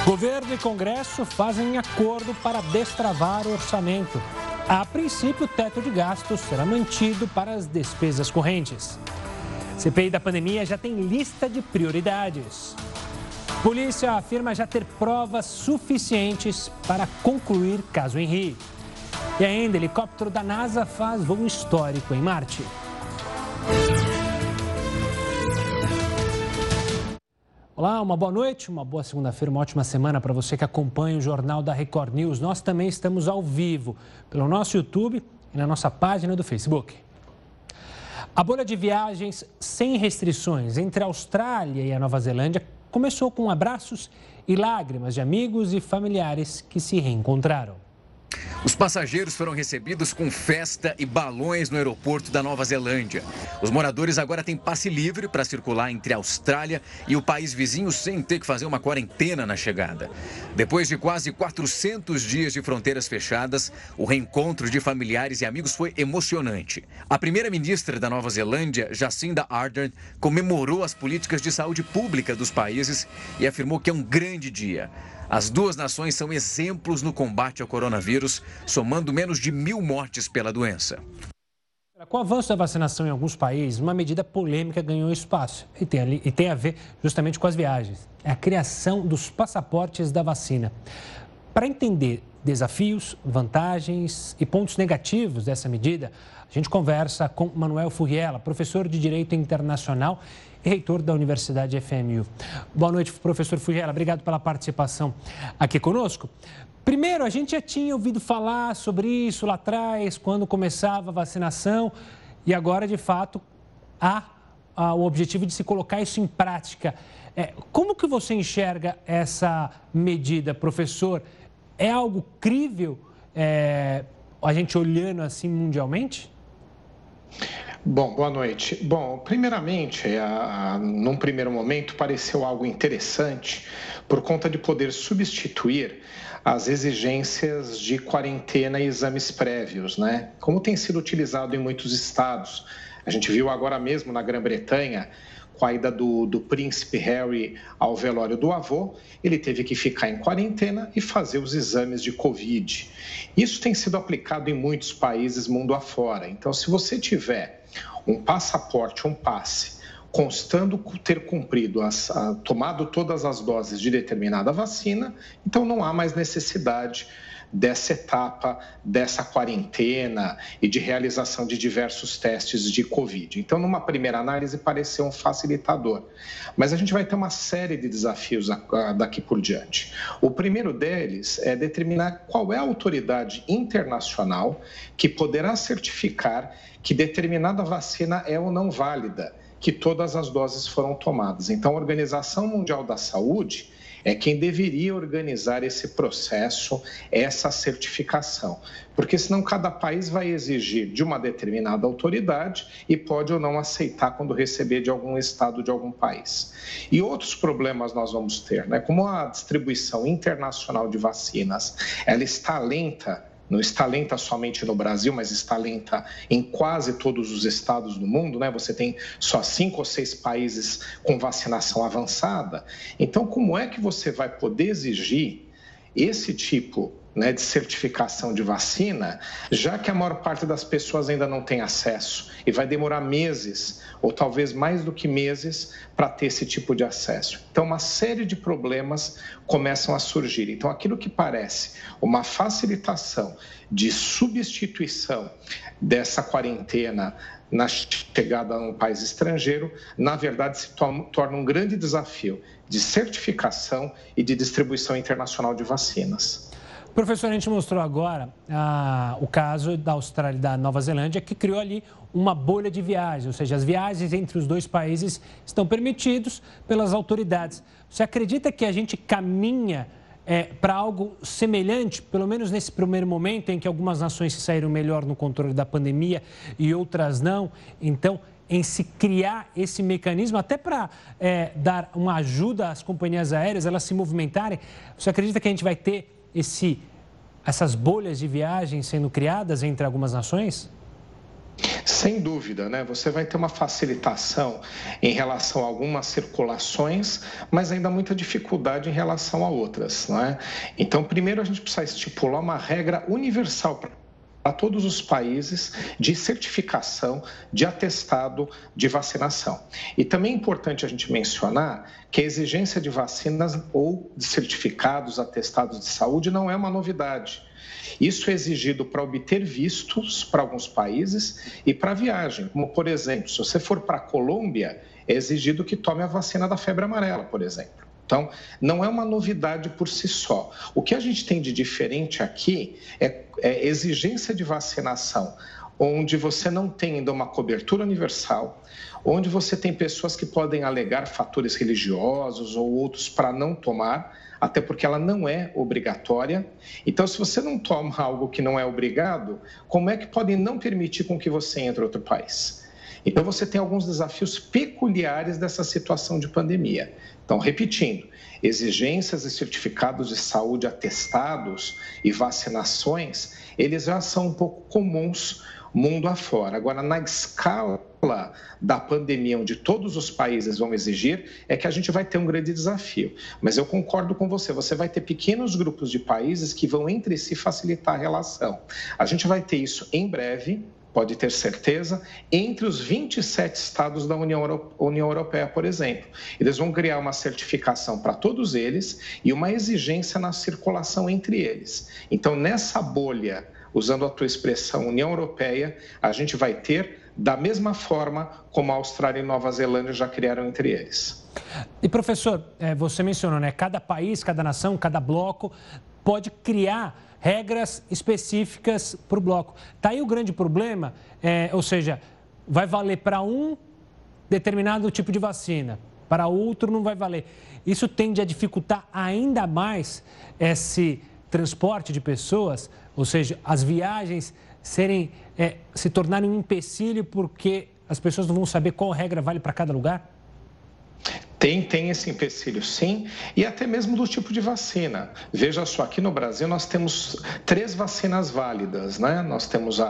Governo e Congresso fazem acordo para destravar o orçamento. A princípio, o teto de gastos será mantido para as despesas correntes. CPI da pandemia já tem lista de prioridades. Polícia afirma já ter provas suficientes para concluir caso Henri. E ainda, helicóptero da NASA faz voo histórico em Marte. Olá, uma boa noite, uma boa segunda-feira, uma ótima semana para você que acompanha o Jornal da Record News. Nós também estamos ao vivo pelo nosso YouTube e na nossa página do Facebook. A bolha de viagens sem restrições entre a Austrália e a Nova Zelândia começou com abraços e lágrimas de amigos e familiares que se reencontraram. Os passageiros foram recebidos com festa e balões no aeroporto da Nova Zelândia. Os moradores agora têm passe livre para circular entre a Austrália e o país vizinho sem ter que fazer uma quarentena na chegada. Depois de quase 400 dias de fronteiras fechadas, o reencontro de familiares e amigos foi emocionante. A primeira-ministra da Nova Zelândia, Jacinda Ardern, comemorou as políticas de saúde pública dos países e afirmou que é um grande dia. As duas nações são exemplos no combate ao coronavírus, somando menos de 1.000 mortes pela doença. Com o avanço da vacinação em alguns países, uma medida polêmica ganhou espaço e tem a ver justamente com as viagens. É a criação dos passaportes da vacina. Para entender desafios, vantagens e pontos negativos dessa medida, a gente conversa com Manuel Furriela, professor de Direito Internacional e reitor da Universidade FMU. Boa noite, professor Furriela. Obrigado pela participação aqui conosco. Primeiro, a gente já tinha ouvido falar sobre isso lá atrás, quando começava a vacinação, e agora, de fato, há o objetivo de se colocar isso em prática. Como que você enxerga essa medida, professor? É algo crível, a gente olhando assim mundialmente? Bom, boa noite. Bom, primeiramente, num primeiro momento, pareceu algo interessante por conta de poder substituir as exigências de quarentena e exames prévios, né? Como tem sido utilizado em muitos estados. A gente viu agora mesmo na Grã-Bretanha, com a ida do príncipe Harry ao velório do avô, ele teve que ficar em quarentena e fazer os exames de Covid. Isso tem sido aplicado em muitos países mundo afora. Então, se você tiver um passaporte, um passe, constando ter cumprido, tomado todas as doses de determinada vacina, então não há mais necessidade dessa etapa, dessa quarentena e de realização de diversos testes de Covid. Então, numa primeira análise, pareceu um facilitador. Mas a gente vai ter uma série de desafios daqui por diante. O primeiro deles é determinar qual é a autoridade internacional que poderá certificar que determinada vacina é ou não válida, que todas as doses foram tomadas. Então, a Organização Mundial da Saúde é quem deveria organizar esse processo, essa certificação. Porque senão cada país vai exigir de uma determinada autoridade e pode ou não aceitar quando receber de algum estado, de algum país. E outros problemas nós vamos ter, né? Como a distribuição internacional de vacinas, ela está lenta. Não está lenta somente no Brasil, mas está lenta em quase todos os estados do mundo, né? Você tem só 5 ou 6 países com vacinação avançada. Então, como é que você vai poder exigir esse tipo, né, de certificação de vacina, já que a maior parte das pessoas ainda não tem acesso e vai demorar meses, ou talvez mais do que meses, para ter esse tipo de acesso. Então, uma série de problemas começam a surgir. Então, aquilo que parece uma facilitação de substituição dessa quarentena na chegada a um país estrangeiro, na verdade, se torna um grande desafio de certificação e de distribuição internacional de vacinas. Professor, a gente mostrou agora o caso da Austrália e da Nova Zelândia, que criou ali uma bolha de viagens, ou seja, as viagens entre os dois países estão permitidos pelas autoridades. Você acredita que a gente caminha para algo semelhante, pelo menos nesse primeiro momento, em que algumas nações se saíram melhor no controle da pandemia e outras não? Então, em se criar esse mecanismo, até para dar uma ajuda às companhias aéreas, elas se movimentarem, você acredita que a gente vai ter essas bolhas de viagem sendo criadas entre algumas nações? Sem dúvida, né? Você vai ter uma facilitação em relação a algumas circulações, mas ainda muita dificuldade em relação a outras, não é? Então, primeiro a gente precisa estipular uma regra universal para todos os países de certificação, de atestado de vacinação. E também é importante a gente mencionar que a exigência de vacinas ou de certificados, atestados de saúde não é uma novidade. Isso é exigido para obter vistos para alguns países e para viagem, como, por exemplo, se você for para a Colômbia, é exigido que tome a vacina da febre amarela, por exemplo. Então, não é uma novidade por si só. O que a gente tem de diferente aqui é exigência de vacinação, onde você não tem ainda uma cobertura universal, onde você tem pessoas que podem alegar fatores religiosos ou outros para não tomar, até porque ela não é obrigatória. Então, se você não toma algo que não é obrigado, como é que podem não permitir com que você entre em outro país? Então, você tem alguns desafios peculiares dessa situação de pandemia. Então, repetindo, exigências e certificados de saúde atestados e vacinações, eles já são um pouco comuns mundo afora. Agora, na escala da pandemia, onde todos os países vão exigir, é que a gente vai ter um grande desafio. Mas eu concordo com você, você vai ter pequenos grupos de países que vão entre si facilitar a relação. A gente vai ter isso em breve, pode ter certeza, entre os 27 estados da União Europeia, por exemplo. Eles vão criar uma certificação para todos eles e uma exigência na circulação entre eles. Então, nessa bolha, usando a tua expressão União Europeia, a gente vai ter da mesma forma como a Austrália e Nova Zelândia já criaram entre eles. E, professor, você mencionou, né? Cada país, cada nação, cada bloco pode criar regras específicas para o bloco. Está aí o grande problema, ou seja, vai valer para um determinado tipo de vacina, para outro não vai valer. Isso tende a dificultar ainda mais esse transporte de pessoas, ou seja, as viagens se tornarem um empecilho porque as pessoas não vão saber qual regra vale para cada lugar? Tem esse empecilho, sim, e até mesmo do tipo de vacina. Veja só, aqui no Brasil nós temos 3 vacinas válidas, né? Nós temos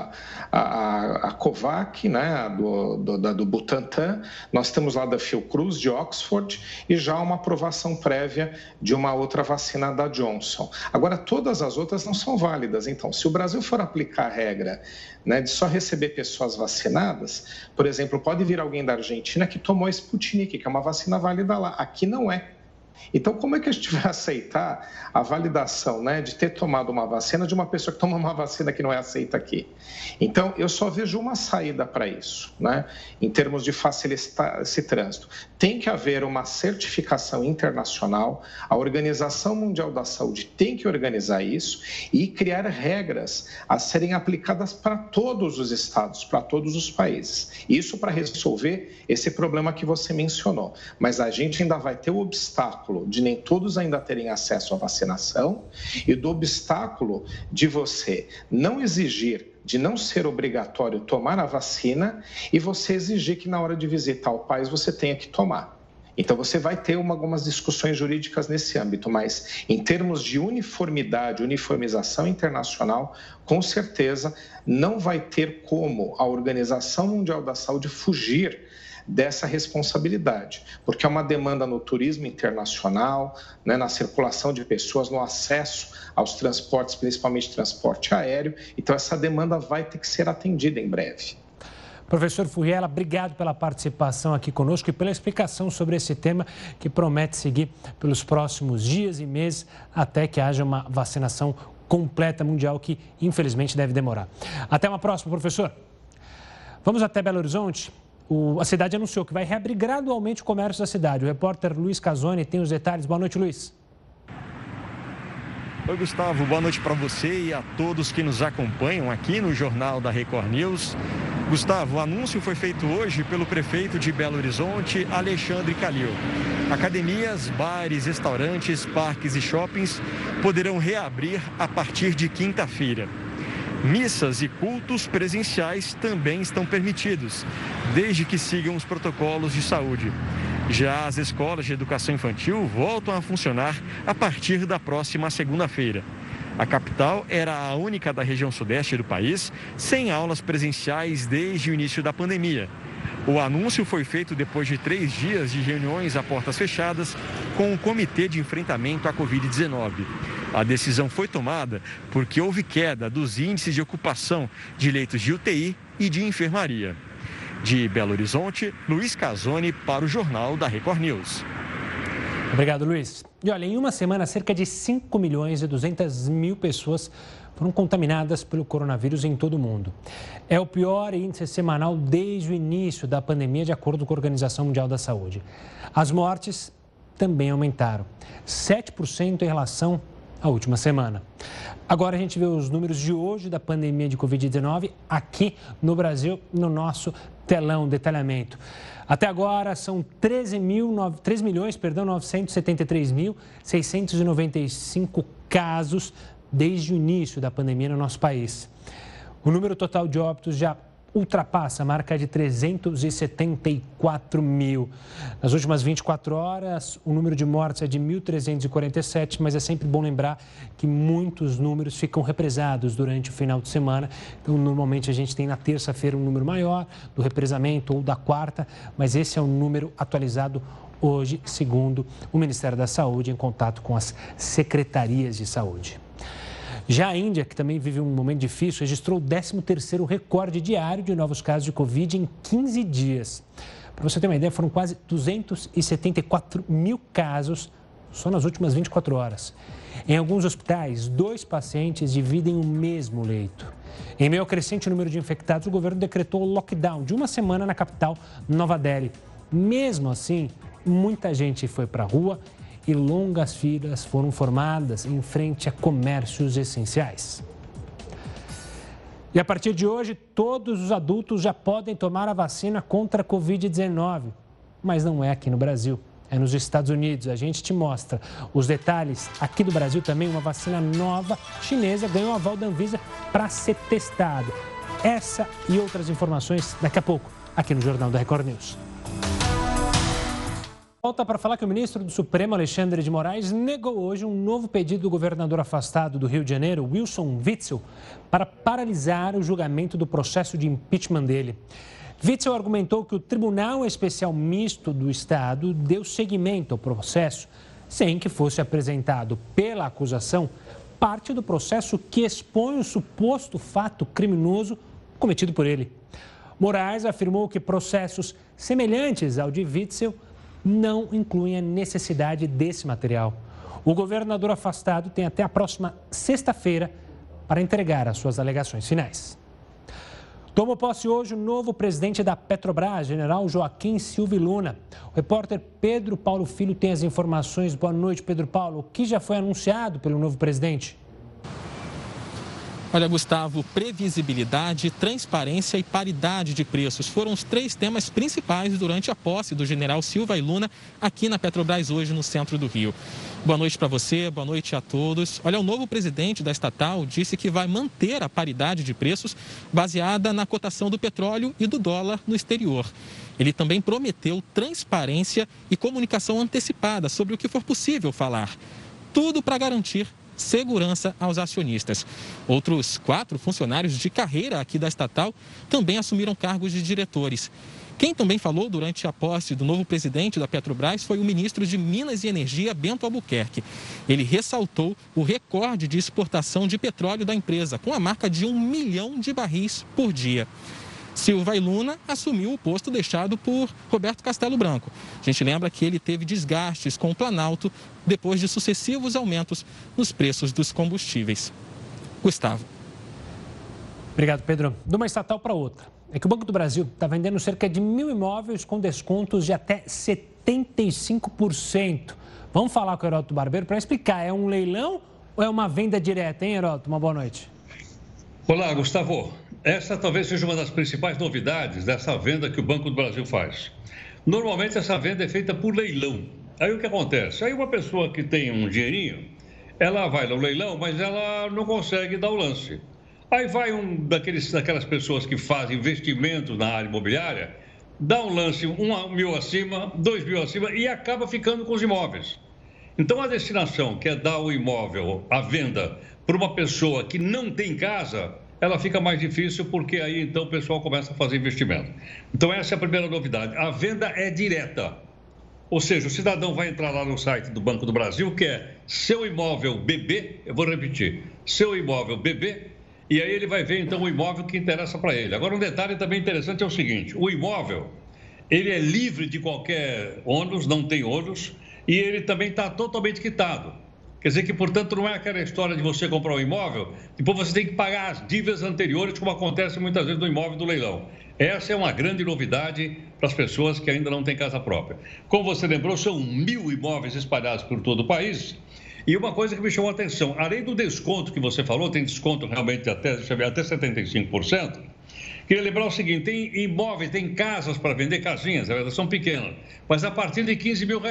a Covax, né? do Butantan, nós temos lá da Fiocruz, de Oxford, e já uma aprovação prévia de uma outra vacina da Johnson. Agora, todas as outras não são válidas. Então, se o Brasil for aplicar a regra, né, de só receber pessoas vacinadas, por exemplo, pode vir alguém da Argentina que tomou a Sputnik, que é uma vacina válida lá. Aqui não é. Então, como é que a gente vai aceitar a validação, né, de ter tomado uma vacina de uma pessoa que toma uma vacina que não é aceita aqui? Então, eu só vejo uma saída para isso, né, em termos de facilitar esse trânsito. Tem que haver uma certificação internacional, a Organização Mundial da Saúde tem que organizar isso e criar regras a serem aplicadas para todos os estados, para todos os países. Isso para resolver esse problema que você mencionou. Mas a gente ainda vai ter o obstáculo de nem todos ainda terem acesso à vacinação e do obstáculo de você não exigir, de não ser obrigatório tomar a vacina e você exigir que na hora de visitar o país você tenha que tomar. Então, você vai ter algumas discussões jurídicas nesse âmbito, mas em termos de uniformidade, uniformização internacional, com certeza não vai ter como a Organização Mundial da Saúde fugir dessa responsabilidade, porque é uma demanda no turismo internacional, né, na circulação de pessoas, no acesso aos transportes, principalmente transporte aéreo. Então, essa demanda vai ter que ser atendida em breve. Professor Furriela, obrigado pela participação aqui conosco e pela explicação sobre esse tema que promete seguir pelos próximos dias e meses até que haja uma vacinação completa mundial que, infelizmente, deve demorar. Até uma próxima, professor. Vamos até Belo Horizonte. A cidade anunciou que vai reabrir gradualmente o comércio da cidade. O repórter Luiz Casoni tem os detalhes. Boa noite, Luiz. Oi, Gustavo. Boa noite para você e a todos que nos acompanham aqui no Jornal da Record News. Gustavo, o anúncio foi feito hoje pelo prefeito de Belo Horizonte, Alexandre Calil. Academias, bares, restaurantes, parques e shoppings poderão reabrir a partir de quinta-feira. Missas e cultos presenciais também estão permitidos, desde que sigam os protocolos de saúde. Já as escolas de educação infantil voltam a funcionar a partir da próxima segunda-feira. A capital era a única da região sudeste do país sem aulas presenciais desde o início da pandemia. O anúncio foi feito depois de 3 dias de reuniões a portas fechadas com o Comitê de Enfrentamento à Covid-19. A decisão foi tomada porque houve queda dos índices de ocupação de leitos de UTI e de enfermaria. De Belo Horizonte, Luiz Casoni para o Jornal da Record News. Obrigado, Luiz. E olha, em uma semana, cerca de 5.200.000 pessoas foram contaminadas pelo coronavírus em todo o mundo. É o pior índice semanal desde o início da pandemia, de acordo com a Organização Mundial da Saúde. As mortes também aumentaram, 7% em relação à última semana. Agora a gente vê os números de hoje da pandemia de Covid-19 aqui no Brasil, no nosso telão, detalhamento. Até agora são 3.973.695 casos desde o início da pandemia no nosso país. O número total de óbitos já ultrapassa a marca de 374 mil. Nas últimas 24 horas, o número de mortes é de 1.347, mas é sempre bom lembrar que muitos números ficam represados durante o final de semana. Então, normalmente a gente tem na terça-feira um número maior do represamento ou da quarta, mas esse é o número atualizado hoje, segundo o Ministério da Saúde, em contato com as secretarias de saúde. Já a Índia, que também vive um momento difícil, registrou o 13º recorde diário de novos casos de Covid em 15 dias. Para você ter uma ideia, foram quase 274 mil casos só nas últimas 24 horas. Em alguns hospitais, 2 pacientes dividem o mesmo leito. Em meio ao crescente número de infectados, o governo decretou o lockdown de uma semana na capital, Nova Delhi. Mesmo assim, muita gente foi para a rua e longas filas foram formadas em frente a comércios essenciais. E a partir de hoje, todos os adultos já podem tomar a vacina contra a Covid-19. Mas não é aqui no Brasil, é nos Estados Unidos. A gente te mostra os detalhes. Aqui do Brasil também, uma vacina nova chinesa ganhou aval da Anvisa para ser testada. Essa e outras informações daqui a pouco, aqui no Jornal da Record News. Volta para falar que o ministro do Supremo, Alexandre de Moraes, negou hoje um novo pedido do governador afastado do Rio de Janeiro, Wilson Witzel, para paralisar o julgamento do processo de impeachment dele. Witzel argumentou que o Tribunal Especial Misto do Estado deu seguimento ao processo sem que fosse apresentado pela acusação parte do processo que expõe o suposto fato criminoso cometido por ele. Moraes afirmou que processos semelhantes ao de Witzel não incluem a necessidade desse material. O governador afastado tem até a próxima sexta-feira para entregar as suas alegações finais. Tomou posse hoje o novo presidente da Petrobras, general Joaquim Silva Luna. O repórter Pedro Paulo Filho tem as informações. Boa noite, Pedro Paulo. O que já foi anunciado pelo novo presidente? Olha, Gustavo, previsibilidade, transparência e paridade de preços foram os 3 temas principais durante a posse do general Silva Luna aqui na Petrobras hoje no centro do Rio. Boa noite para você, boa noite a todos. Olha, o novo presidente da estatal disse que vai manter a paridade de preços baseada na cotação do petróleo e do dólar no exterior. Ele também prometeu transparência e comunicação antecipada sobre o que for possível falar. Tudo para garantir segurança aos acionistas. Outros 4 funcionários de carreira aqui da estatal também assumiram cargos de diretores. Quem também falou durante a posse do novo presidente da Petrobras foi o ministro de Minas e Energia, Bento Albuquerque. Ele ressaltou o recorde de exportação de petróleo da empresa, com a marca de 1 milhão de barris por dia. Silva Luna assumiu o posto deixado por Roberto Castelo Branco. A gente lembra que ele teve desgastes com o Planalto depois de sucessivos aumentos nos preços dos combustíveis. Gustavo. Obrigado, Pedro. De uma estatal para outra. É que o Banco do Brasil está vendendo cerca de 1.000 imóveis com descontos de até 75%. Vamos falar com o Heródoto Barbeiro para explicar. É um leilão ou é uma venda direta, hein, Heródoto? Uma boa noite. Olá, Gustavo. Essa talvez seja uma das principais novidades dessa venda que o Banco do Brasil faz. Normalmente essa venda é feita por leilão. Aí o que acontece? Aí uma pessoa que tem um dinheirinho, ela vai no leilão, mas ela não consegue dar o lance. Aí vai daquelas pessoas que fazem investimentos na área imobiliária, dá um lance 1.000 acima, 2.000 acima e acaba ficando com os imóveis. Então a destinação, que é dar o imóvel à venda para uma pessoa que não tem casa, ela fica mais difícil, porque aí então o pessoal começa a fazer investimento. Então essa é a primeira novidade. A venda é direta. Ou seja, o cidadão vai entrar lá no site do Banco do Brasil, que é Seu Imóvel BB, eu vou repetir, Seu Imóvel BB, e aí ele vai ver então o imóvel que interessa para ele. Agora, um detalhe também interessante é o seguinte: o imóvel, ele é livre de qualquer ônus, não tem ônus, e ele também está totalmente quitado. Quer dizer que, portanto, não é aquela história de você comprar um imóvel, depois você tem que pagar as dívidas anteriores, como acontece muitas vezes no imóvel do leilão. Essa é uma grande novidade para as pessoas que ainda não têm casa própria. Como você lembrou, são 1.000 imóveis espalhados por todo o país. E uma coisa que me chamou a atenção, além do desconto que você falou, tem desconto realmente até 75%, queria lembrar o seguinte: tem imóveis, tem casas para vender, casinhas, elas são pequenas, mas a partir de R$15 mil.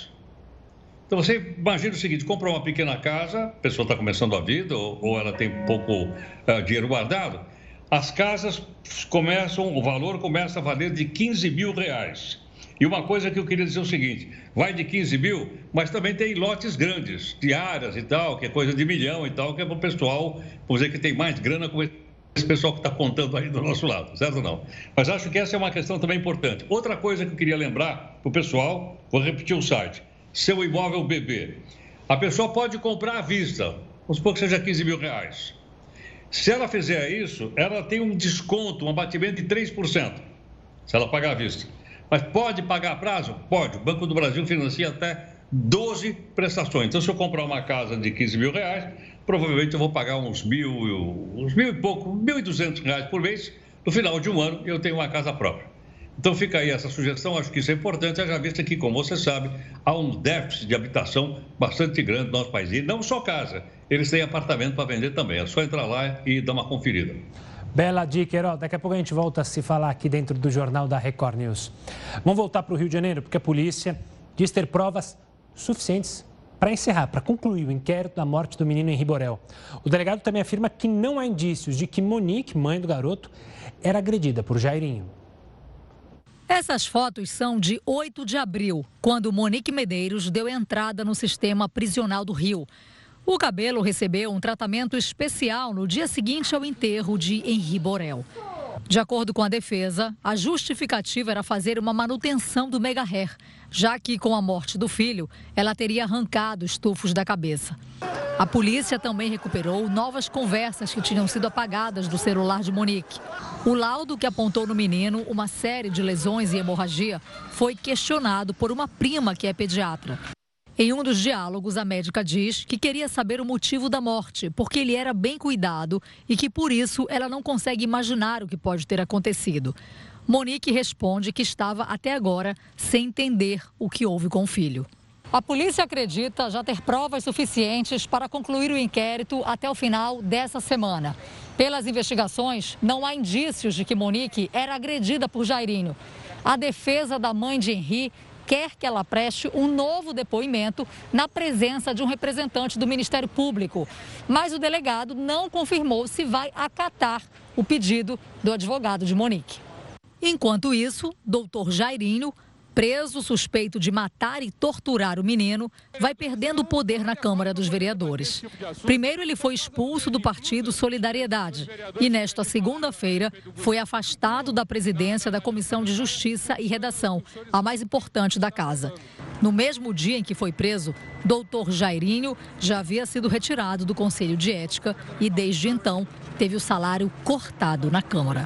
Então você imagina o seguinte: compra uma pequena casa, a pessoa está começando a vida ou ela tem pouco dinheiro guardado, as casas começam, o valor começa a valer de R$15 mil. E uma coisa que eu queria dizer é o seguinte: vai de 15 mil, mas também tem lotes grandes, de áreas e tal, que é coisa de 1 milhão e tal, que é para o pessoal, vamos dizer, que tem mais grana, como esse pessoal que está contando aí do nosso lado, certo ou não? Mas acho que essa é uma questão também importante. Outra coisa que eu queria lembrar para o pessoal, vou repetir o site, Seu Imóvel BB. A pessoa pode comprar à vista, vamos supor que seja R$15 mil. Se ela fizer isso, ela tem um desconto, um abatimento de 3%, se ela pagar à vista. Mas pode pagar a prazo? Pode. O Banco do Brasil financia até 12 prestações. Então, se eu comprar uma casa de R$15 mil, provavelmente eu vou pagar uns mil e pouco, R$1.200 por mês. No final de um ano, eu tenho uma casa própria. Então, fica aí essa sugestão. Acho que isso é importante, já visto que, como você sabe, há um déficit de habitação bastante grande no nosso país. E não só casa, eles têm apartamento para vender também. É só entrar lá e dar uma conferida. Bela dica, Herói. Daqui a pouco a gente volta a se falar aqui dentro do Jornal da Record News. Vamos voltar para o Rio de Janeiro, porque a polícia diz ter provas suficientes para encerrar, para concluir o inquérito da morte do menino Henri Borel. O delegado também afirma que não há indícios de que Monique, mãe do garoto, era agredida por Jairinho. Essas fotos são de 8 de abril, quando Monique Medeiros deu entrada no sistema prisional do Rio. O cabelo recebeu um tratamento especial no dia seguinte ao enterro de Henri Borel. De acordo com a defesa, a justificativa era fazer uma manutenção do mega hair, já que com a morte do filho, ela teria arrancado os tufos da cabeça. A polícia também recuperou novas conversas que tinham sido apagadas do celular de Monique. O laudo que apontou no menino uma série de lesões e hemorragia foi questionado por uma prima que é pediatra. Em um dos diálogos, a médica diz que queria saber o motivo da morte, porque ele era bem cuidado e que, por isso, ela não consegue imaginar o que pode ter acontecido. Monique responde que estava, até agora, sem entender o que houve com o filho. A polícia acredita já ter provas suficientes para concluir o inquérito até o final dessa semana. Pelas investigações, não há indícios de que Monique era agredida por Jairinho. A defesa da mãe de Henri quer que ela preste um novo depoimento na presença de um representante do Ministério Público. Mas o delegado não confirmou se vai acatar o pedido do advogado de Monique. Enquanto isso, doutor Jairinho, preso suspeito de matar e torturar o menino, vai perdendo poder na Câmara dos Vereadores. Primeiro, ele foi expulso do partido Solidariedade e, nesta segunda-feira, foi afastado da presidência da Comissão de Justiça e Redação, a mais importante da casa. No mesmo dia em que foi preso, doutor Jairinho já havia sido retirado do Conselho de Ética e, desde então, teve o salário cortado na Câmara.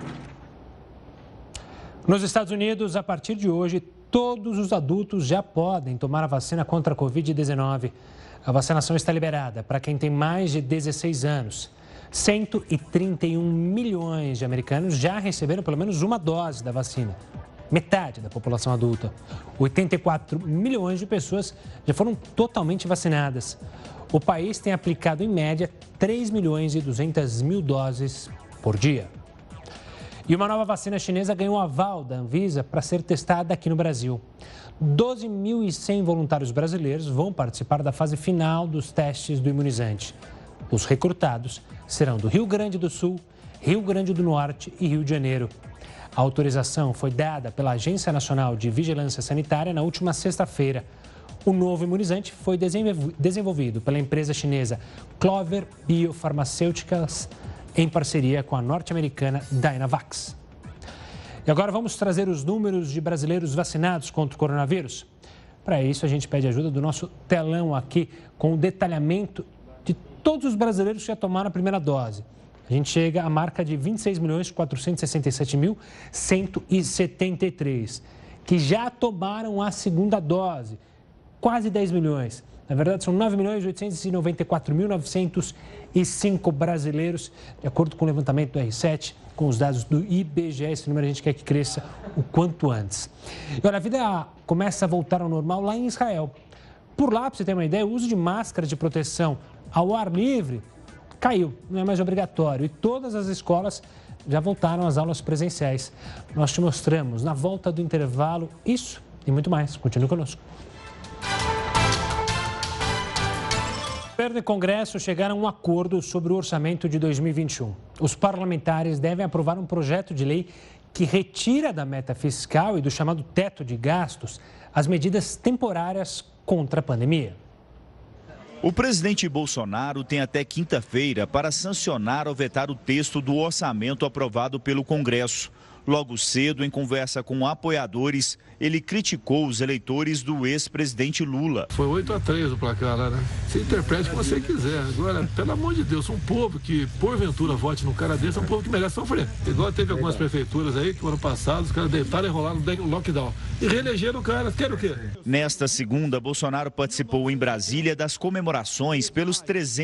Nos Estados Unidos, a partir de hoje, todos os adultos já podem tomar a vacina contra a Covid-19. A vacinação está liberada para quem tem mais de 16 anos. 131 milhões de americanos já receberam pelo menos uma dose da vacina. Metade da população adulta. 84 milhões de pessoas já foram totalmente vacinadas. O país tem aplicado, em média, 3 milhões e 200 mil doses por dia. E uma nova vacina chinesa ganhou aval da Anvisa para ser testada aqui no Brasil. 12.100 voluntários brasileiros vão participar da fase final dos testes do imunizante. Os recrutados serão do Rio Grande do Sul, Rio Grande do Norte e Rio de Janeiro. A autorização foi dada pela Agência Nacional de Vigilância Sanitária na última sexta-feira. O novo imunizante foi desenvolvido pela empresa chinesa Clover Biopharmaceuticals em parceria com a norte-americana Dynavax. E agora vamos trazer os números de brasileiros vacinados contra o coronavírus. Para isso, a gente pede ajuda do nosso telão aqui com o detalhamento de todos os brasileiros que já tomaram a primeira dose. A gente chega à marca de 26.467.173, que já tomaram a segunda dose, quase 10 milhões. Na verdade, são 9.894.905 brasileiros, de acordo com o levantamento do R7, com os dados do IBGE. Esse número a gente quer que cresça o quanto antes. E olha, a vida começa a voltar ao normal lá em Israel. Por lá, para você ter uma ideia, o uso de máscaras de proteção ao ar livre caiu, não é mais obrigatório. E todas as escolas já voltaram às aulas presenciais. Nós te mostramos na volta do intervalo isso e muito mais. Continue conosco. O governo e o Congresso chegaram a um acordo sobre o orçamento de 2021. Os parlamentares devem aprovar um projeto de lei que retira da meta fiscal e do chamado teto de gastos as medidas temporárias contra a pandemia. O presidente Bolsonaro tem até quinta-feira para sancionar ou vetar o texto do orçamento aprovado pelo Congresso. Logo cedo, em conversa com apoiadores, ele criticou os eleitores do ex-presidente Lula. Foi 8-3 o placar lá, né? Você interprete o que você quiser. Agora, pelo amor de Deus, um povo que, porventura, vote num cara desse, é um povo que merece sofrer. Igual teve algumas prefeituras aí que, no ano passado, os caras deitaram e rolaram no lockdown. E reelegeram o cara. Quer o quê? Nesta segunda, Bolsonaro participou em Brasília das comemorações pelos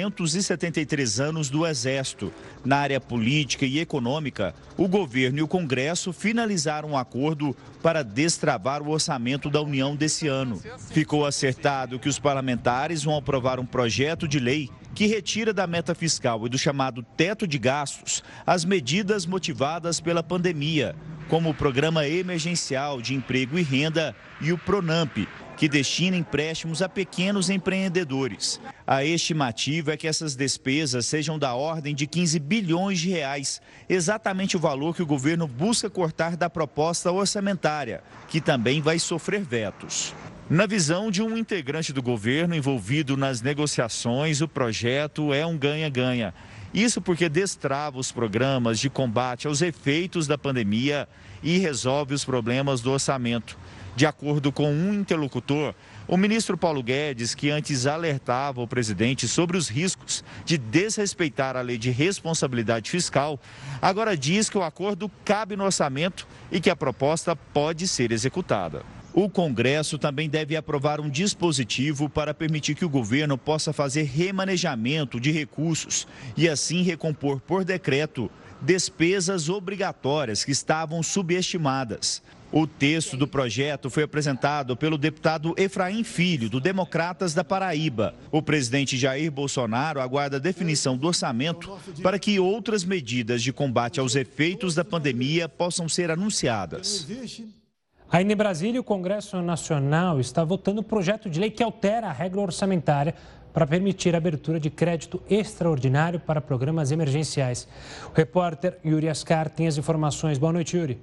373 anos do Exército. Na área política e econômica, o governo e o Congresso finalizaram um acordo para destravar o orçamento da União desse ano. Ficou acertado que os parlamentares vão aprovar um projeto de lei que retira da meta fiscal e do chamado teto de gastos as medidas motivadas pela pandemia, como o Programa Emergencial de Emprego e Renda e o PRONAMP, que destina empréstimos a pequenos empreendedores. A estimativa é que essas despesas sejam da ordem de 15 bilhões de reais, exatamente o valor que o governo busca cortar da proposta orçamentária, que também vai sofrer vetos. Na visão de um integrante do governo envolvido nas negociações, o projeto é um ganha-ganha. Isso porque destrava os programas de combate aos efeitos da pandemia e resolve os problemas do orçamento. De acordo com um interlocutor, o ministro Paulo Guedes, que antes alertava o presidente sobre os riscos de desrespeitar a lei de responsabilidade fiscal, agora diz que o acordo cabe no orçamento e que a proposta pode ser executada. O Congresso também deve aprovar um dispositivo para permitir que o governo possa fazer remanejamento de recursos e assim recompor por decreto despesas obrigatórias que estavam subestimadas. O texto do projeto foi apresentado pelo deputado Efraim Filho, do Democratas da Paraíba. O presidente Jair Bolsonaro aguarda a definição do orçamento para que outras medidas de combate aos efeitos da pandemia possam ser anunciadas. Ainda em Brasília, o Congresso Nacional está votando um projeto de lei que altera a regra orçamentária para permitir a abertura de crédito extraordinário para programas emergenciais. O repórter Yuri Ascar tem as informações. Boa noite, Yuri.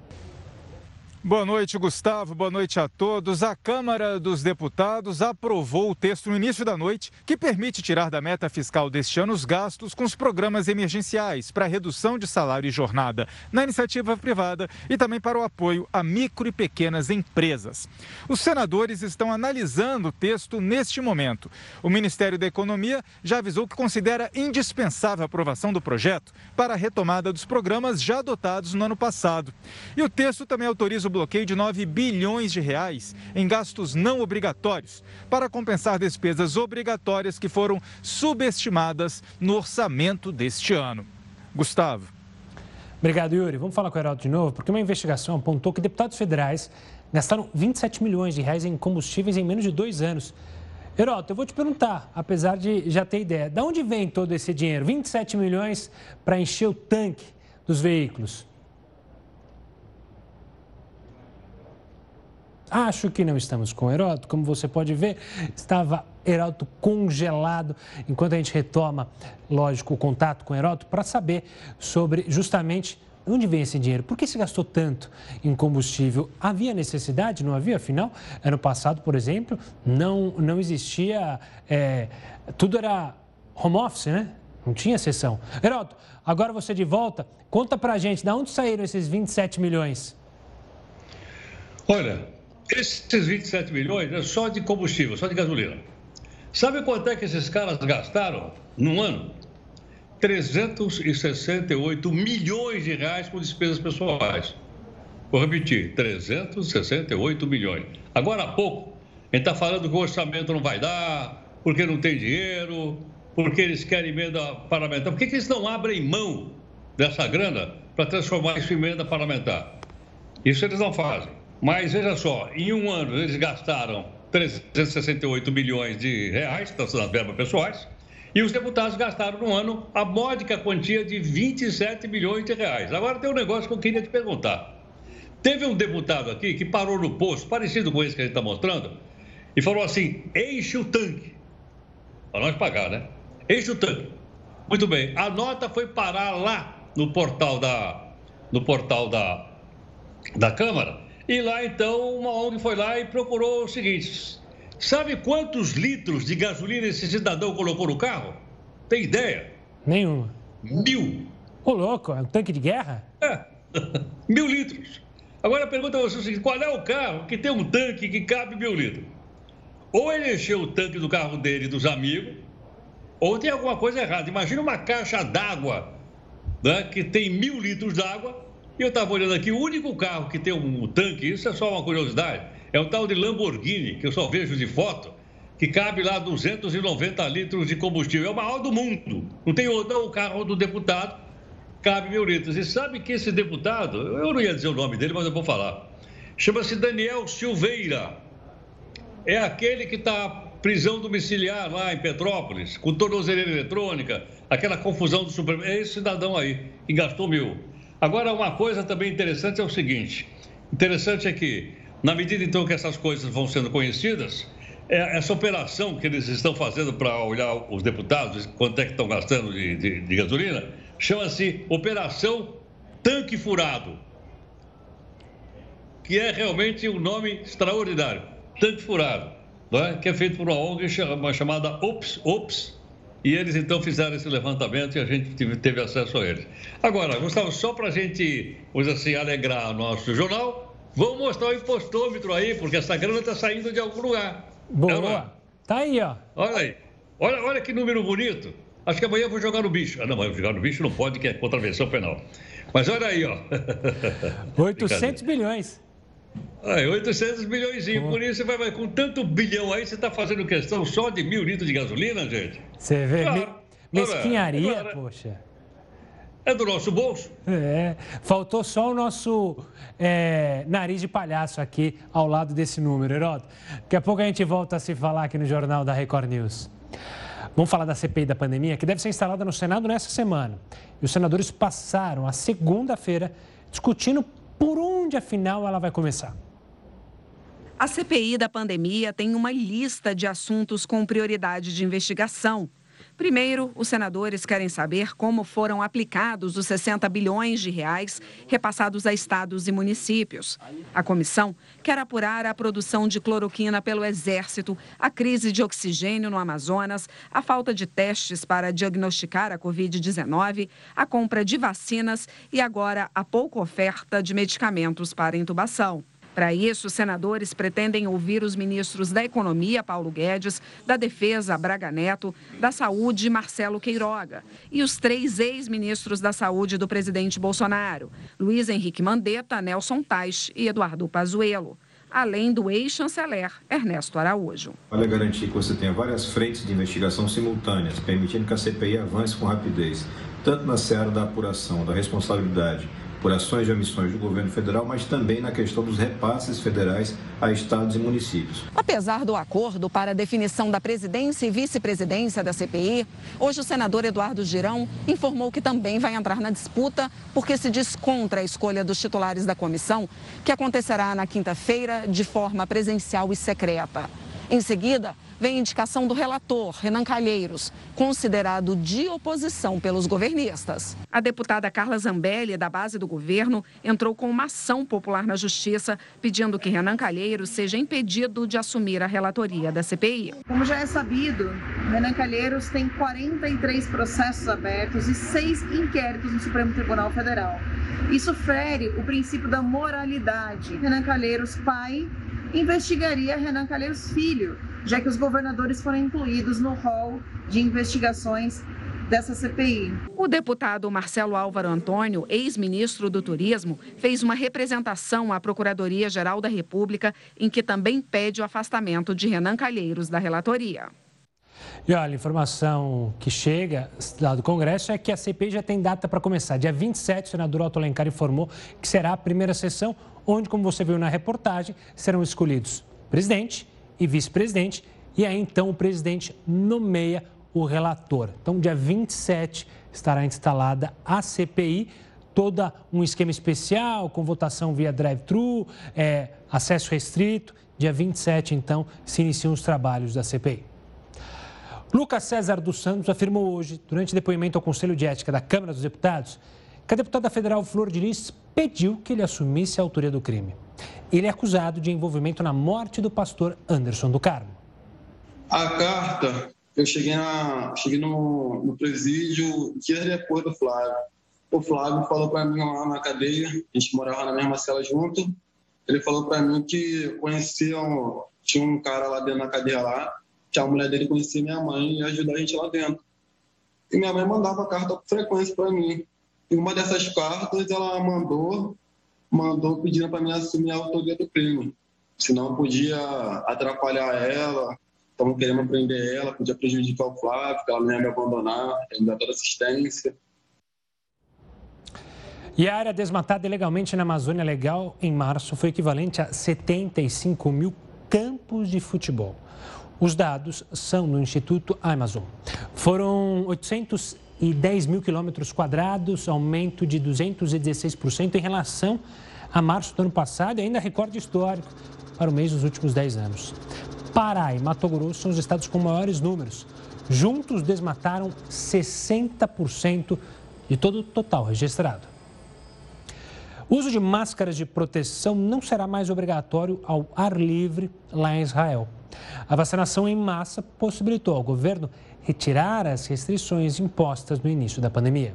Boa noite, Gustavo. Boa noite a todos. A Câmara dos Deputados aprovou o texto no início da noite que permite tirar da meta fiscal deste ano os gastos com os programas emergenciais para redução de salário e jornada na iniciativa privada e também para o apoio a micro e pequenas empresas. Os senadores estão analisando o texto neste momento. O Ministério da Economia já avisou que considera indispensável a aprovação do projeto para a retomada dos programas já adotados no ano passado. E o texto também autoriza o bloqueio de 9 bilhões de reais em gastos não obrigatórios para compensar despesas obrigatórias que foram subestimadas no orçamento deste ano. Gustavo. Obrigado, Yuri. Vamos falar com o Heraldo de novo, porque uma investigação apontou que deputados federais gastaram 27 milhões de reais em combustíveis em menos de 2 anos. Heraldo, eu vou te perguntar, apesar de já ter ideia, de onde vem todo esse dinheiro? 27 milhões para encher o tanque dos veículos. Acho que não estamos com o Heródoto, como você pode ver, estava Heródoto congelado, enquanto a gente retoma, lógico, o contato com o Heródoto para saber sobre justamente onde vem esse dinheiro? Por que se gastou tanto em combustível? Havia necessidade? Não havia? Afinal, ano passado, por exemplo, não existia... tudo era home office, né? Não tinha sessão. Heródoto, agora você de volta. Conta pra gente, de onde saíram esses 27 milhões? Olha, esses 27 milhões é só de combustível, só de gasolina. Sabe quanto é que esses caras gastaram num ano? 368 milhões de reais com despesas pessoais. Vou repetir, 368 milhões. Agora há pouco, a gente está falando que o orçamento não vai dar, porque não tem dinheiro, porque eles querem emenda parlamentar. Por que eles não abrem mão dessa grana para transformar isso em emenda parlamentar? Isso eles não fazem. Mas veja só, em um ano eles gastaram 368 milhões de reais, nas verbas pessoais, e os deputados gastaram no ano a módica quantia de 27 milhões de reais. Agora tem um negócio que eu queria te perguntar. Teve um deputado aqui que parou no posto, parecido com esse que a gente está mostrando, e falou assim, enche o tanque. Para nós pagar, né? Enche o tanque. Muito bem, a nota foi parar lá no portal da Câmara, e lá então uma ONG foi lá e procurou o seguinte... Sabe quantos litros de gasolina esse cidadão colocou no carro? Tem ideia? Nenhuma. 1.000. Ô, louco, é um tanque de guerra? 1.000 litros. Agora a pergunta é o seguinte, qual é o carro que tem um tanque que cabe 1.000 litros? Ou ele encheu o tanque do carro dele e dos amigos, ou tem alguma coisa errada. Imagina uma caixa d'água, né, que tem 1.000 litros d'água, e eu estava olhando aqui, o único carro que tem um tanque, isso é só uma curiosidade, é um tal de Lamborghini, que eu só vejo de foto, que cabe lá 290 litros de combustível. É o maior do mundo. Não tem outro, não, o carro do deputado cabe 1.000 litros. E sabe que esse deputado, eu não ia dizer o nome dele, mas eu vou falar. Chama-se Daniel Silveira. É aquele que está prisão domiciliar lá em Petrópolis, com tornozeleira eletrônica, aquela confusão do Supremo. É esse cidadão aí, que gastou 1.000. Agora, uma coisa também interessante é o seguinte. Interessante é que, na medida, então, que essas coisas vão sendo conhecidas, essa operação que eles estão fazendo para olhar os deputados, quanto é que estão gastando de gasolina, chama-se Operação Tanque Furado, que é realmente um nome extraordinário, Tanque Furado, não é? Que é feito por uma ONG chamada Ops, e eles, então, fizeram esse levantamento e a gente teve acesso a eles. Agora, Gustavo, só para a gente, vamos assim, alegrar o nosso jornal, vamos mostrar o impostômetro aí, porque essa grana está saindo de algum lugar. Boa. Tá aí, ó. Olha aí. Olha que número bonito. Acho que amanhã eu vou jogar no bicho. Não, mas jogar no bicho não pode, que é contravenção penal. Mas olha aí, ó. 800 bilhões. 800 bilhões. Por isso, você vai com tanto bilhão aí, você está fazendo questão só de 1.000 litros de gasolina, gente? Você vê, mesquinharia, poxa. É do nosso bolso? Faltou só o nosso nariz de palhaço aqui ao lado desse número, Heródoto. Daqui a pouco a gente volta a se falar aqui no Jornal da Record News. Vamos falar da CPI da pandemia, que deve ser instalada no Senado nessa semana. E os senadores passaram a segunda-feira discutindo por onde, afinal, ela vai começar. A CPI da pandemia tem uma lista de assuntos com prioridade de investigação. Primeiro, os senadores querem saber como foram aplicados os 60 bilhões de reais repassados a estados e municípios. A comissão quer apurar a produção de cloroquina pelo Exército, a crise de oxigênio no Amazonas, a falta de testes para diagnosticar a Covid-19, a compra de vacinas e agora a pouca oferta de medicamentos para intubação. Para isso, os senadores pretendem ouvir os ministros da Economia, Paulo Guedes, da Defesa, Braga Neto, da Saúde, Marcelo Queiroga, e os 3 ex-ministros da Saúde do presidente Bolsonaro, Luiz Henrique Mandetta, Nelson Tais e Eduardo Pazuello, além do ex-chanceler Ernesto Araújo. Vale garantir que você tenha várias frentes de investigação simultâneas, permitindo que a CPI avance com rapidez, tanto na seara da apuração, da responsabilidade, por ações e omissões do governo federal, mas também na questão dos repasses federais a estados e municípios. Apesar do acordo para a definição da presidência e vice-presidência da CPI, hoje o senador Eduardo Girão informou que também vai entrar na disputa porque se diz contra a escolha dos titulares da comissão, que acontecerá na quinta-feira de forma presencial e secreta. Em seguida, vem a indicação do relator, Renan Calheiros, considerado de oposição pelos governistas. A deputada Carla Zambelli, da base do governo, entrou com uma ação popular na Justiça, pedindo que Renan Calheiros seja impedido de assumir a relatoria da CPI. Como já é sabido, Renan Calheiros tem 43 processos abertos e 6 inquéritos no Supremo Tribunal Federal. Isso fere o princípio da moralidade. Renan Calheiros, pai, investigaria Renan Calheiros Filho, já que os governadores foram incluídos no rol de investigações dessa CPI. O deputado Marcelo Álvaro Antônio, ex-ministro do Turismo, fez uma representação à Procuradoria-Geral da República, em que também pede o afastamento de Renan Calheiros da relatoria. E olha, a informação que chega lá do Congresso é que a CPI já tem data para começar. Dia 27, o senador Otto Alencar informou que será a primeira sessão, onde, como você viu na reportagem, serão escolhidos presidente e vice-presidente, e aí então o presidente nomeia o relator. Então, dia 27 estará instalada a CPI, todo um esquema especial, com votação via drive-thru, acesso restrito. Dia 27, então, se iniciam os trabalhos da CPI. Lucas César dos Santos afirmou hoje, durante depoimento ao Conselho de Ética da Câmara dos Deputados, que a deputada federal Flor de Lis pediu que ele assumisse a autoria do crime. Ele é acusado de envolvimento na morte do pastor Anderson do Carmo. A carta, eu cheguei no presídio dias depois do Flávio. O Flávio falou para mim lá na cadeia, a gente morava na mesma cela junto. Ele falou para mim que tinha um cara lá dentro da cadeia lá, que a mulher dele conhecia minha mãe e ajudou a gente lá dentro. E minha mãe mandava carta com frequência para mim. E uma dessas cartas ela mandou pedindo para mim assumir a autoria do crime. Senão podia atrapalhar ela, estavam querendo prender ela, podia prejudicar o Flávio, que ela não ia me abandonar, ia me dar toda assistência. E a área desmatada ilegalmente na Amazônia Legal em março foi equivalente a 75 mil campos de futebol. Os dados são do Instituto Amazon. Foram 810 mil quilômetros quadrados, aumento de 216% em relação a março do ano passado e ainda recorde histórico para o mês dos últimos 10 anos. Pará e Mato Grosso são os estados com maiores números. Juntos desmataram 60% de todo o total registrado. O uso de máscaras de proteção não será mais obrigatório ao ar livre lá em Israel. A vacinação em massa possibilitou ao governo retirar as restrições impostas no início da pandemia.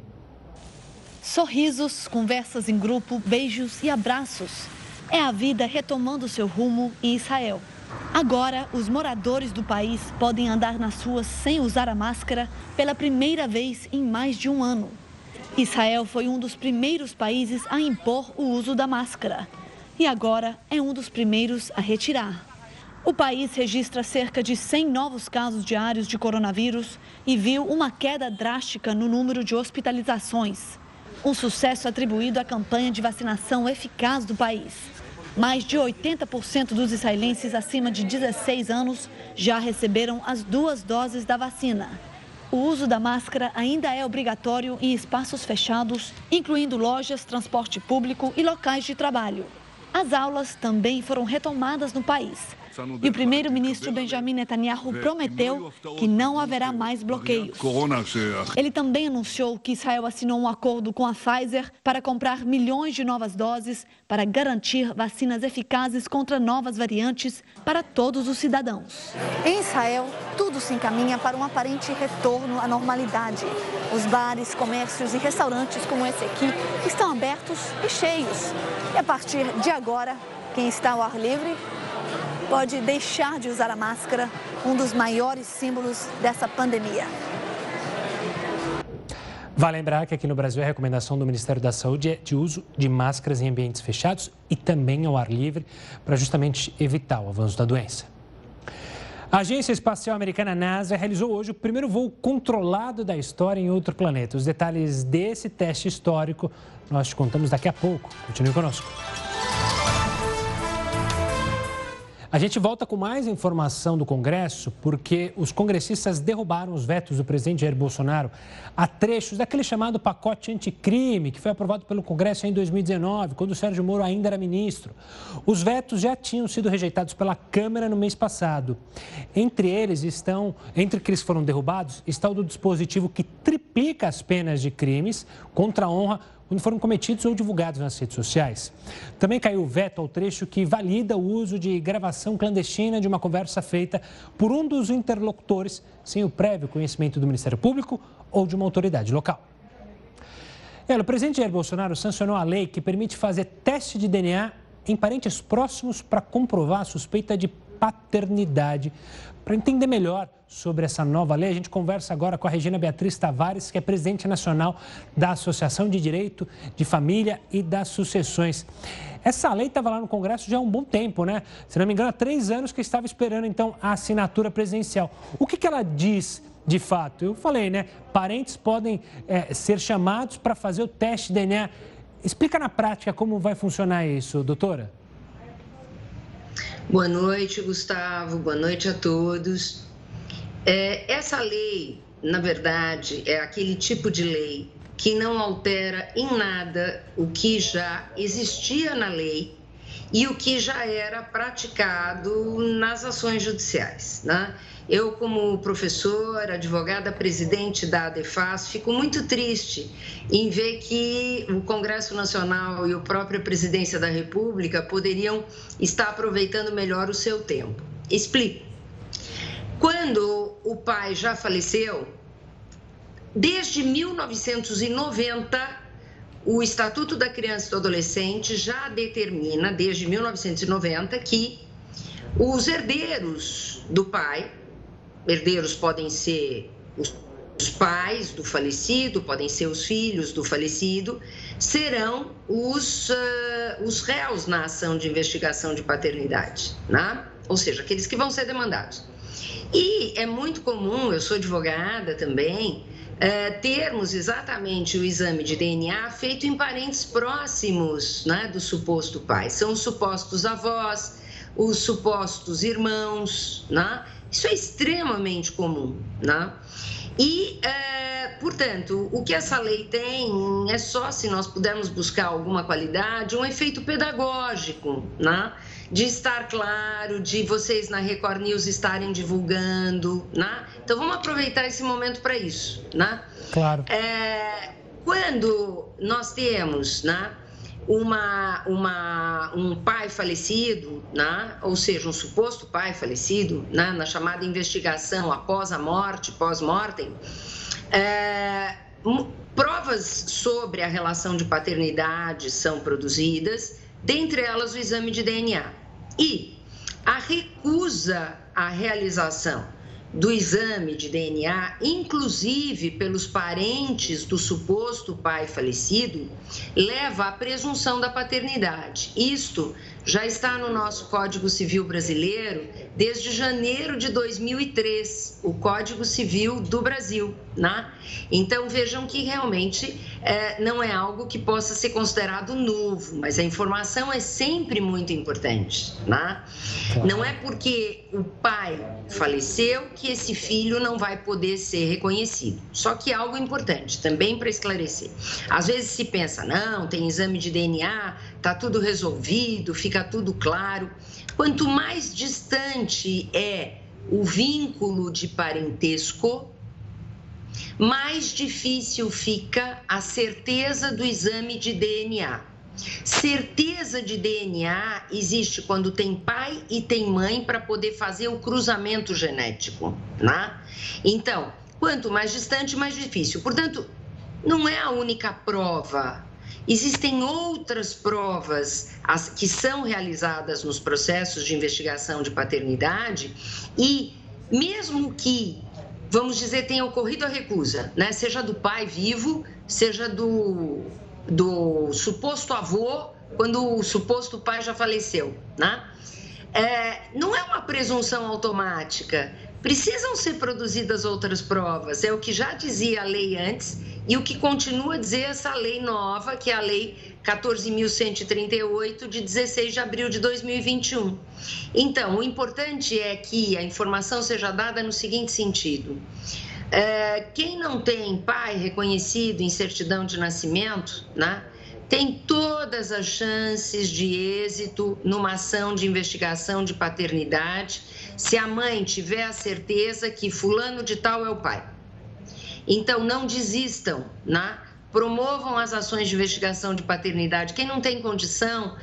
Sorrisos, conversas em grupo, beijos e abraços. É a vida retomando seu rumo em Israel. Agora, os moradores do país podem andar nas ruas sem usar a máscara pela primeira vez em mais de um ano. Israel foi um dos primeiros países a impor o uso da máscara e agora é um dos primeiros a retirar. O país registra cerca de 100 novos casos diários de coronavírus e viu uma queda drástica no número de hospitalizações. Um sucesso atribuído à campanha de vacinação eficaz do país. Mais de 80% dos israelenses acima de 16 anos já receberam as 2 doses da vacina. O uso da máscara ainda é obrigatório em espaços fechados, incluindo lojas, transporte público e locais de trabalho. As aulas também foram retomadas no país. E o primeiro-ministro Benjamin Netanyahu prometeu que não haverá mais bloqueios. Ele também anunciou que Israel assinou um acordo com a Pfizer para comprar milhões de novas doses para garantir vacinas eficazes contra novas variantes para todos os cidadãos. Em Israel, tudo se encaminha para um aparente retorno à normalidade. Os bares, comércios e restaurantes como esse aqui estão abertos e cheios. E a partir de agora, quem está ao ar livre pode deixar de usar a máscara, um dos maiores símbolos dessa pandemia. Vale lembrar que aqui no Brasil a recomendação do Ministério da Saúde é de uso de máscaras em ambientes fechados e também ao ar livre, para justamente evitar o avanço da doença. A Agência Espacial Americana NASA realizou hoje o primeiro voo controlado da história em outro planeta. Os detalhes desse teste histórico nós te contamos daqui a pouco. Continue conosco. A gente volta com mais informação do Congresso, porque os congressistas derrubaram os vetos do presidente Jair Bolsonaro a trechos daquele chamado pacote anticrime, que foi aprovado pelo Congresso em 2019, quando o Sérgio Moro ainda era ministro. Os vetos já tinham sido rejeitados pela Câmara no mês passado. Entre que eles foram derrubados, está o do dispositivo que triplica as penas de crimes contra a honra quando foram cometidos ou divulgados nas redes sociais. Também caiu o veto ao trecho que valida o uso de gravação clandestina de uma conversa feita por um dos interlocutores sem o prévio conhecimento do Ministério Público ou de uma autoridade local. O presidente Jair Bolsonaro sancionou a lei que permite fazer teste de DNA em parentes próximos para comprovar a suspeita de paternidade. Para entender melhor sobre essa nova lei, a gente conversa agora com a Regina Beatriz Tavares, que é presidente nacional da Associação de Direito de Família e das Sucessões. Essa lei estava lá no Congresso já há um bom tempo, né? Se não me engano, há 3 anos que estava esperando, então, a assinatura presidencial. O que ela diz de fato? Eu falei, né? Parentes podem ser chamados para fazer o teste de DNA. Explica na prática como vai funcionar isso, doutora. Boa noite, Gustavo. Boa noite a todos. Essa lei, na verdade, é aquele tipo de lei que não altera em nada o que já existia na lei e o que já era praticado nas ações judiciais, né? Eu, como professora, advogada, presidente da ADEFAS, fico muito triste em ver que o Congresso Nacional e a própria Presidência da República poderiam estar aproveitando melhor o seu tempo. Explico. Quando o pai já faleceu, desde 1990, o Estatuto da Criança e do Adolescente já determina, desde 1990, que os herdeiros do pai, herdeiros podem ser os pais do falecido, podem ser os filhos do falecido, serão os réus na ação de investigação de paternidade, né? Ou seja, aqueles que vão ser demandados. E é muito comum, eu sou advogada também, termos exatamente o exame de DNA feito em parentes próximos, né, do suposto pai. São os supostos avós, os supostos irmãos, né? Isso é extremamente comum, né? E, portanto, o que essa lei tem é só, se nós pudermos buscar alguma qualidade, um efeito pedagógico, né? De estar claro, de vocês na Record News estarem divulgando, né? Então, vamos aproveitar esse momento para isso, né? Claro. Quando nós temos, né, um pai falecido, né, ou seja, um suposto pai falecido, né, na chamada investigação após a morte, pós-mortem, provas sobre a relação de paternidade são produzidas, dentre elas o exame de DNA. E a recusa à realização do exame de DNA, inclusive pelos parentes do suposto pai falecido, leva à presunção da paternidade. Isto já está no nosso Código Civil brasileiro desde janeiro de 2003, o Código Civil do Brasil, né? Então, vejam que realmente não é algo que possa ser considerado novo, mas a informação é sempre muito importante, né? Não é porque o pai faleceu que esse filho não vai poder ser reconhecido. Só que algo importante também para esclarecer. Às vezes se pensa, não, tem exame de DNA, está tudo resolvido, fica tudo claro. Quanto mais distante é o vínculo de parentesco, mais difícil fica a certeza do exame de DNA. Certeza de DNA existe quando tem pai e tem mãe para poder fazer o cruzamento genético, né? Então, quanto mais distante, mais difícil. Portanto, não é a única prova. Existem outras provas que são realizadas nos processos de investigação de paternidade e mesmo que, vamos dizer, tenha ocorrido a recusa, né? Seja do pai vivo, seja do suposto avô, quando o suposto pai já faleceu, né? Não é uma presunção automática precisam ser produzidas outras provas. É o que já dizia a lei antes e o que continua a dizer essa lei nova, que é a Lei 14.138, de 16 de abril de 2021. Então, o importante é que a informação seja dada no seguinte sentido. Quem não tem pai reconhecido em certidão de nascimento, né, tem todas as chances de êxito numa ação de investigação de paternidade, se a mãe tiver a certeza que fulano de tal é o pai. Então, não desistam, né? Promovam as ações de investigação de paternidade. Quem não tem condição,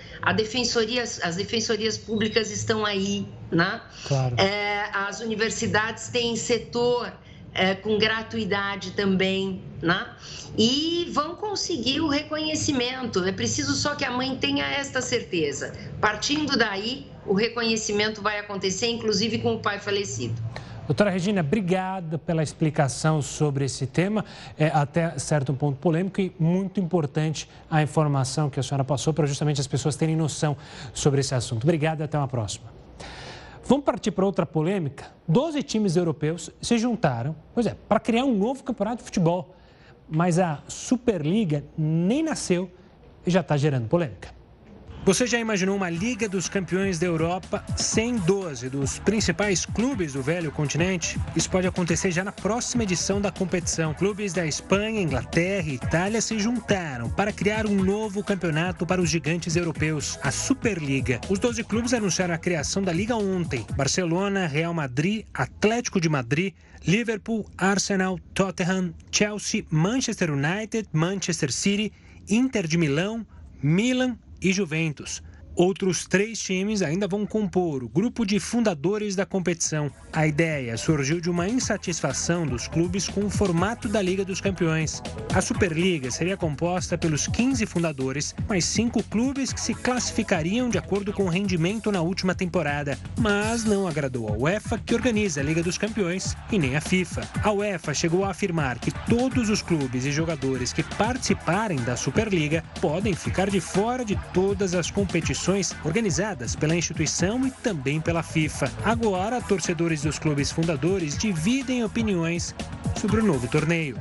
as defensorias públicas estão aí, né? Claro. As universidades têm setor com gratuidade também, né? E vão conseguir o reconhecimento. É preciso só que a mãe tenha esta certeza. Partindo daí, o reconhecimento vai acontecer, inclusive com o pai falecido. Doutora Regina, obrigada pela explicação sobre esse tema. Até certo ponto polêmico e muito importante a informação que a senhora passou para justamente as pessoas terem noção sobre esse assunto. Obrigado e até uma próxima. Vamos partir para outra polêmica? 12 times europeus se juntaram, para criar um novo campeonato de futebol. Mas a Superliga nem nasceu e já está gerando polêmica. Você já imaginou uma Liga dos Campeões da Europa sem 12 dos principais clubes do velho continente? Isso pode acontecer já na próxima edição da competição. Clubes da Espanha, Inglaterra e Itália se juntaram para criar um novo campeonato para os gigantes europeus, a Superliga. Os 12 clubes anunciaram a criação da Liga ontem. Barcelona, Real Madrid, Atlético de Madrid, Liverpool, Arsenal, Tottenham, Chelsea, Manchester United, Manchester City, Inter de Milão, Milan e Juventus. Outros 3 times ainda vão compor o grupo de fundadores da competição. A ideia surgiu de uma insatisfação dos clubes com o formato da Liga dos Campeões. A Superliga seria composta pelos 15 fundadores, mais 5 clubes que se classificariam de acordo com o rendimento na última temporada. Mas não agradou a UEFA, que organiza a Liga dos Campeões, e nem a FIFA. A UEFA chegou a afirmar que todos os clubes e jogadores que participarem da Superliga podem ficar de fora de todas as competições organizadas pela instituição e também pela FIFA. Agora, torcedores dos clubes fundadores dividem opiniões sobre o novo torneio.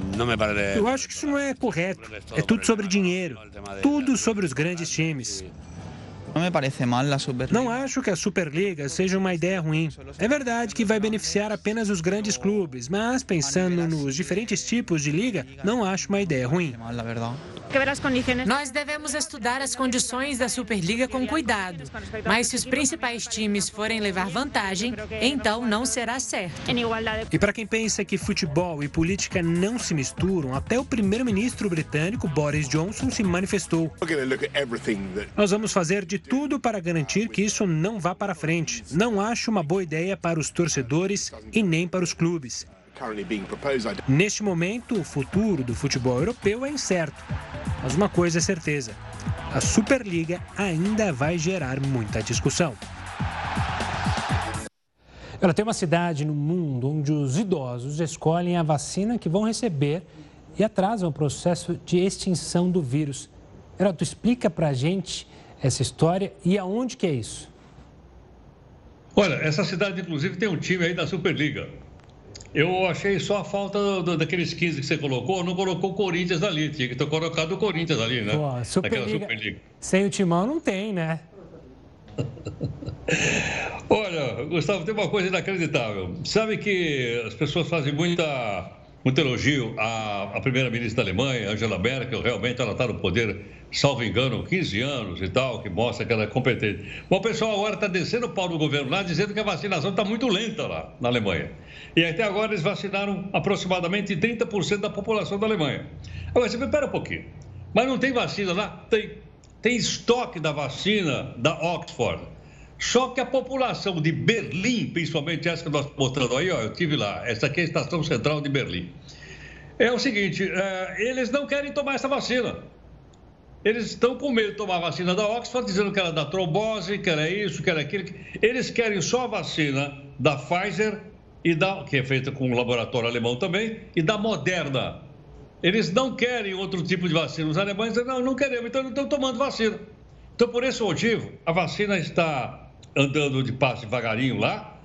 Eu acho que isso não é correto. É tudo sobre dinheiro. Tudo sobre os grandes times. Não acho que a Superliga seja uma ideia ruim. É verdade que vai beneficiar apenas os grandes clubes, mas pensando nos diferentes tipos de liga, não acho uma ideia ruim. Nós devemos estudar as condições da Superliga com cuidado, mas se os principais times forem levar vantagem, então não será certo. E para quem pensa que futebol e política não se misturam, até o primeiro-ministro britânico Boris Johnson se manifestou. Nós vamos fazer de tudo para garantir que isso não vá para frente. Não acho uma boa ideia para os torcedores e nem para os clubes. Neste momento, o futuro do futebol europeu é incerto. Mas uma coisa é certeza: a Superliga ainda vai gerar muita discussão. Tem uma cidade no mundo onde os idosos escolhem a vacina que vão receber e atrasam o processo de extinção do vírus. Tu explica pra gente essa história e aonde que é isso? Olha, essa cidade, inclusive, tem um time aí da Superliga. Eu achei só a falta daqueles 15 que você colocou, não colocou o Corinthians ali. Tinha que ter colocado o Corinthians ali, né? Pô, Superliga. Sem o timão não tem, né? Olha, Gustavo, tem uma coisa inacreditável. Sabe que as pessoas fazem muito elogio à primeira-ministra da Alemanha, Angela Merkel. Realmente ela está no poder, salvo engano, 15 anos e tal, que mostra que ela é competente. Bom, o pessoal agora está descendo o pau do governo lá, dizendo que a vacinação está muito lenta lá na Alemanha. E até agora eles vacinaram aproximadamente 30% da população da Alemanha. Agora, você espera um pouquinho. Mas não tem vacina lá? Tem estoque da vacina da Oxford. Só que a população de Berlim, principalmente essa que nós estamos mostrando aí, eu estive lá, essa aqui é a estação central de Berlim. É o seguinte, eles não querem tomar essa vacina. Eles estão com medo de tomar a vacina da Oxford, dizendo que ela dá trombose, que ela é isso, que ela é aquilo. Eles querem só a vacina da Pfizer, que é feita com um laboratório alemão também, e da Moderna. Eles não querem outro tipo de vacina. Os alemães dizem, não queremos, então não estão tomando vacina. Então, por esse motivo, a vacina está andando de passo devagarinho lá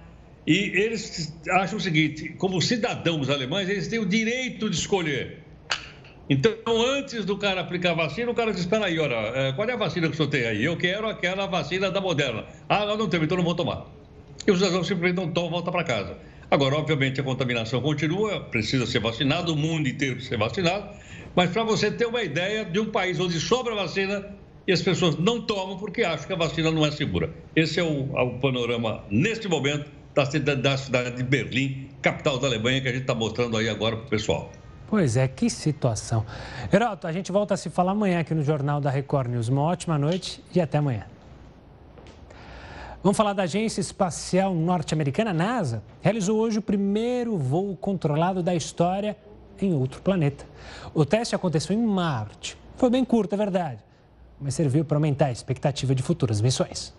E eles acham o seguinte, como cidadãos alemães, eles têm o direito de escolher. Então, antes do cara aplicar a vacina, o cara diz, espera aí, olha, qual é a vacina que o senhor tem aí? Eu quero aquela vacina da Moderna. Ah, não tenho, então não vou tomar. E os cidadãos simplesmente não tomam, voltam para casa. Agora, obviamente, a contaminação continua, precisa ser vacinado, o mundo inteiro precisa ser vacinado, mas para você ter uma ideia de um país onde sobra vacina e as pessoas não tomam porque acham que a vacina não é segura. Esse é o panorama, neste momento, da cidade de Berlim, capital da Alemanha, que a gente está mostrando aí agora para o pessoal. Pois é, que situação. Heroto, a gente volta a se falar amanhã aqui no Jornal da Record News. Uma ótima noite e até amanhã. Vamos falar da Agência Espacial Norte-Americana, NASA. Realizou hoje o primeiro voo controlado da história em outro planeta. O teste aconteceu em Marte. Foi bem curto, é verdade, mas serviu para aumentar a expectativa de futuras missões.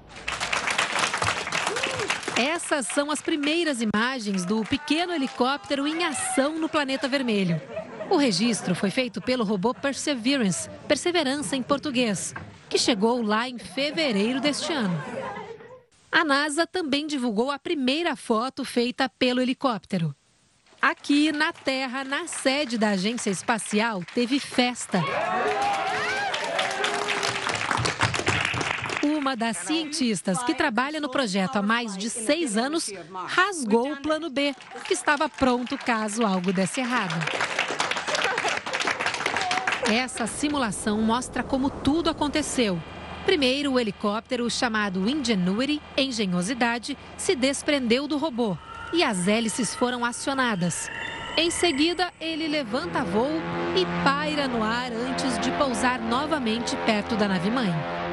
Essas são as primeiras imagens do pequeno helicóptero em ação no planeta vermelho. O registro foi feito pelo robô Perseverance, Perseverança em português, que chegou lá em fevereiro deste ano. A NASA também divulgou a primeira foto feita pelo helicóptero. Aqui na Terra, na sede da Agência Espacial, teve festa. Uma das cientistas que trabalha no projeto há mais de 6 anos rasgou o plano B, que estava pronto caso algo desse errado. Essa simulação mostra como tudo aconteceu. Primeiro, o helicóptero, chamado Ingenuity, Engenhosidade, se desprendeu do robô e as hélices foram acionadas. Em seguida, ele levanta voo e paira no ar antes de pousar novamente perto da nave-mãe.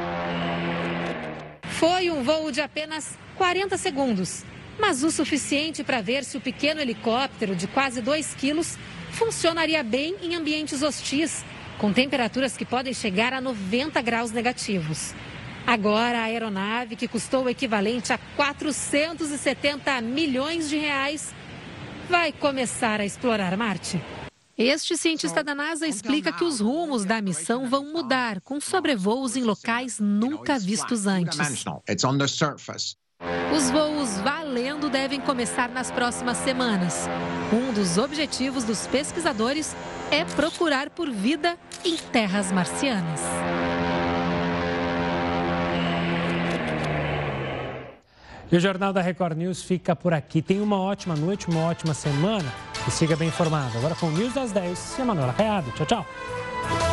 Foi um voo de apenas 40 segundos, mas o suficiente para ver se o pequeno helicóptero de quase 2 quilos funcionaria bem em ambientes hostis, com temperaturas que podem chegar a 90 graus negativos. Agora, a aeronave, que custou o equivalente a 470 milhões de reais, vai começar a explorar Marte. Este cientista da NASA explica que os rumos da missão vão mudar, com sobrevoos em locais nunca vistos antes. Os voos valendo devem começar nas próximas semanas. Um dos objetivos dos pesquisadores é procurar por vida em terras marcianas. E o Jornal da Record News fica por aqui. Tenha uma ótima noite, uma ótima semana e siga bem informado. Agora com o News das 10 e a Manuela Caiado. Tchau, tchau.